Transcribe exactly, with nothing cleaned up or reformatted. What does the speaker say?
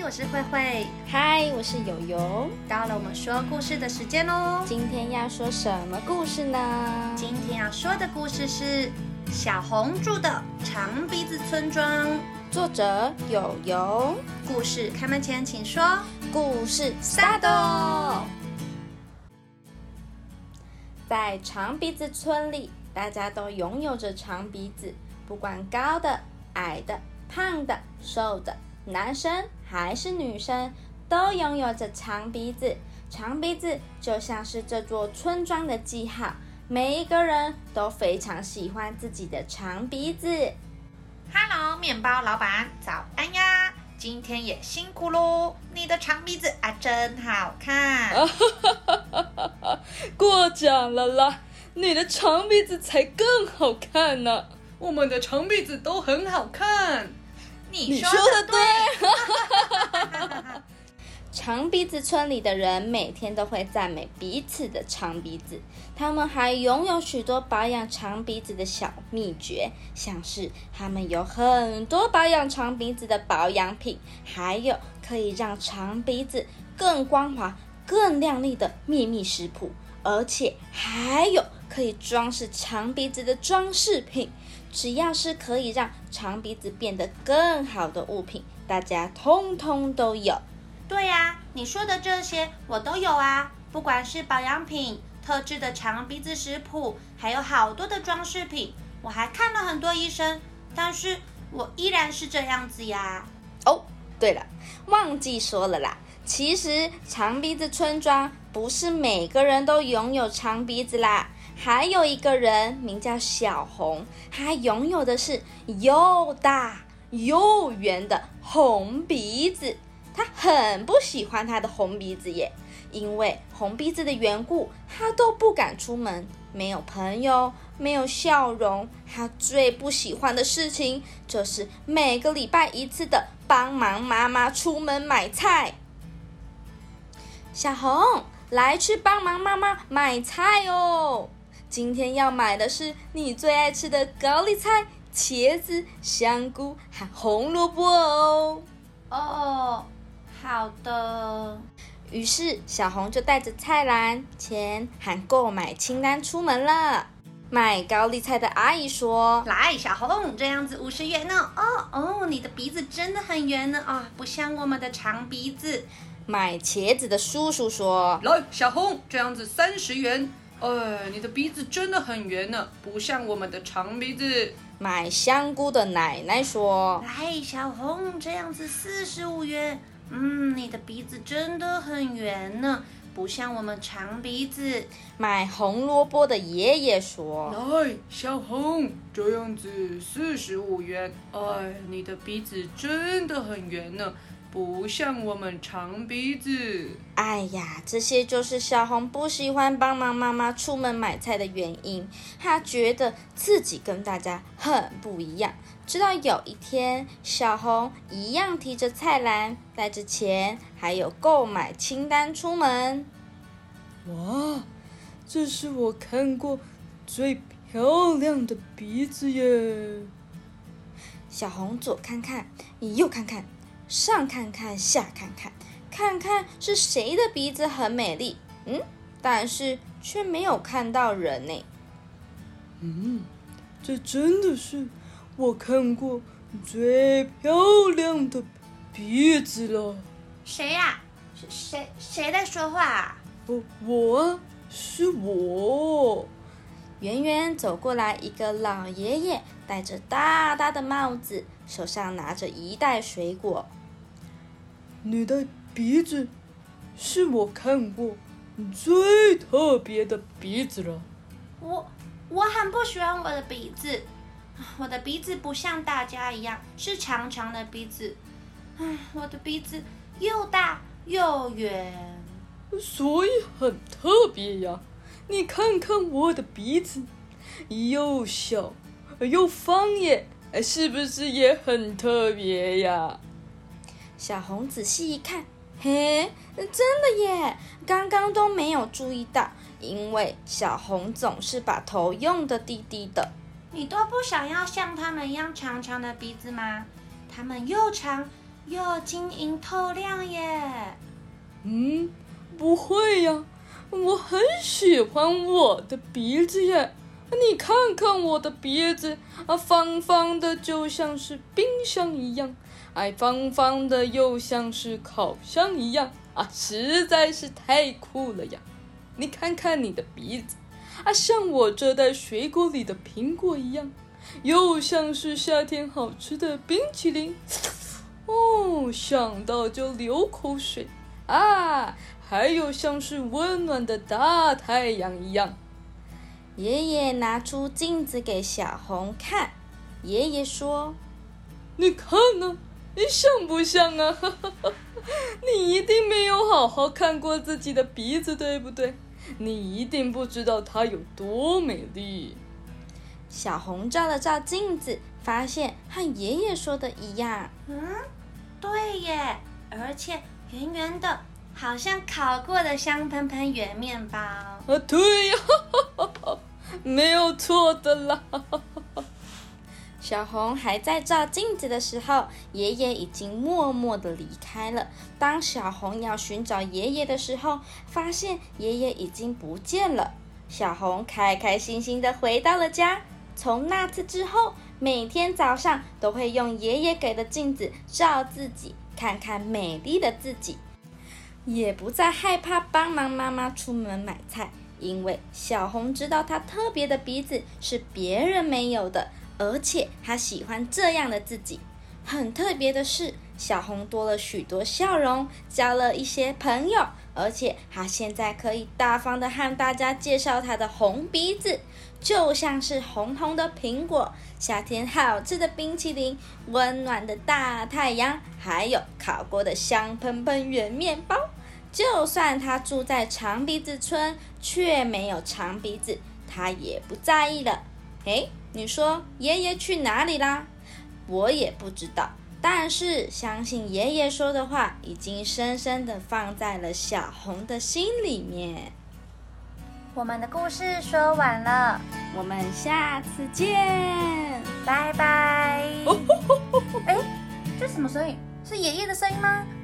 我是慧慧。 嗨，我是友友。 到了我们说故事的时间咯。 今天要说什么故事呢？ 今天要说的故事是小红住的长鼻子村庄， 作者友友。 故事开门前请说故事 start。在长鼻子村里，大家都拥有着长鼻子，不管高的、矮的、胖的、瘦的，男生还是女生，都拥有着长鼻子。长鼻子就像是这座村庄的记号，每一个人都非常喜欢自己的长鼻子。 Hello， 面包老板，早安呀！今天也辛苦咯，你的长鼻子啊真好看。 过奖了啦，你的长鼻子才更好看呢。我们的长鼻子都很好看。 你说的对。 长鼻子村里的人每天都会赞美彼此的长鼻子，他们还拥有许多保养长鼻子的小秘诀，像是他们有很多保养长鼻子的保养品，还有可以让长鼻子更光滑、更亮丽的秘密食谱，而且还有可以装饰长鼻子的装饰品。只要是可以让长鼻子变得更好的物品，大家通通都有。 对呀，你说的这些我都有啊，不管是保养品、特制的长鼻子食谱，还有好多的装饰品，我还看了很多医生，但是我依然是这样子呀。 哦，对了，忘记说了啦，其实长鼻子村庄不是每个人都拥有长鼻子啦，还有一个人名叫小红，他拥有的是又大又圆的红鼻子。他很不喜欢他的红鼻子耶，因为红鼻子的缘故，他都不敢出门，没有朋友，没有笑容。他最不喜欢的事情就是每个礼拜一次的帮忙妈妈出门买菜。小红，来去帮忙妈妈买菜哦。今天要买的是你最爱吃的高丽菜、茄子、香菇和红萝卜哦。 哦，好的。 于是小红就带着菜篮、钱和购买清单出门了。卖高丽菜的阿姨说：“ 来，小红，这样子五十元呢。哦哦，你的鼻子真的很圆呢啊、哦，不像我们的长鼻子。” 卖茄子的叔叔说：“ 来，小红，这样子三十元。哎，你的鼻子真的很圆呢，不像我们的长鼻子。” 卖香菇的奶奶说：“ 来，小红，这样子四十五元。嗯，你的鼻子真的很圆呢，不像我们长鼻子。” 卖红萝卜的爷爷说：“ 来，小红，这样子四十五元。哎，你的鼻子真的很圆呢，不像我们长鼻子。” 哎呀，这些就是小红不喜欢帮忙妈妈出门买菜的原因。她觉得自己跟大家很不一样。直到有一天，小红一样提着菜篮，带着钱，还有购买清单出门。 哇，这是我看过最漂亮的鼻子耶！ 小红左看看，右看看，上看看，下看看，看看是谁的鼻子很美丽。嗯，但是却没有看到人呢。 嗯，这真的是我看过最漂亮的鼻子了。 谁呀、啊？是谁？谁在说话、啊？ 哦，我啊，是我。 远远走过来一个老爷爷，戴着大大的帽子，手上拿着一袋水果。 你的鼻子是我看过最特别的鼻子了。 我我很不喜欢我的鼻子，我的鼻子不像大家一样是长长的鼻子，唉，我的鼻子又大又圆， 所以很特别呀。你看看我的鼻子，又小又方耶，是不是也很特别呀？ 小红仔细一看，嘿，真的耶！刚刚都没有注意到，因为小红总是把头用得低低的。 你都不想要像他们一样长长的鼻子吗？他们又长又晶莹透亮耶。 嗯，不会呀，我很喜欢我的鼻子耶。你看看我的鼻子啊，方方的就像是冰箱一样，哎，方方的又像是烤箱一样啊，实在是太酷了呀！你看看你的鼻子啊，像我这袋水果里的苹果一样，又像是夏天好吃的冰淇淋，哦，想到就流口水啊！还有像是温暖的大太阳一样。 爷爷拿出镜子给小红看，爷爷说：“ 你看呢，你像不像啊？你一定没有好好看过自己的鼻子，对不对？你一定不知道它有多美丽。” 小红照了照镜子，发现和爷爷说的一样。 嗯，对耶，而且圆圆的，好像烤过的香喷喷圆面包。 啊，对呀，没有错的啦。 小红还在照镜子的时候，爷爷已经默默地离开了。当小红要寻找爷爷的时候，发现爷爷已经不见了。小红开开心心地回到了家。从那次之后，每天早上都会用爷爷给的镜子照自己，看看美丽的自己，也不再害怕帮忙妈妈出门买菜，因为小红知道她特别的鼻子是别人没有的，而且她喜欢这样的自己。很特别的是，小红多了许多笑容，交了一些朋友，而且她现在可以大方的和大家介绍她的红鼻子，就像是红红的苹果，夏天好吃的冰淇淋，温暖的大太阳，还有烤过的香喷喷圆面包。就算她住在长鼻子村，却没有长鼻子，她也不在意了。诶，你说爷爷去哪里啦？我也不知道，但是相信爷爷说的话已经深深地放在了小红的心里面。 我们的故事说完了， 我们下次见， 拜拜。哎，这什么声音？是爷爷的声音吗？